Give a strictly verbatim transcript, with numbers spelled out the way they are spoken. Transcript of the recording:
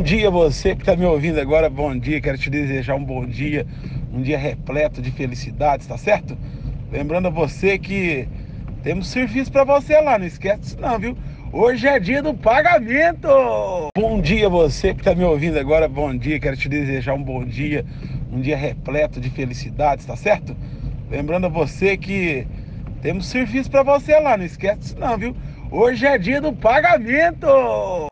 Bom dia você que está me ouvindo agora, bom dia, quero te desejar um bom dia, um dia repleto de felicidades, tá certo? Lembrando a você que temos serviço para você lá, não esquece disso não, viu? Hoje é dia do pagamento! Bom dia você que está me ouvindo agora, bom dia, quero te desejar um bom dia, um dia repleto de felicidades, tá certo? Lembrando a você que temos serviço para você lá, não esquece disso não, viu? Hoje é dia do pagamento!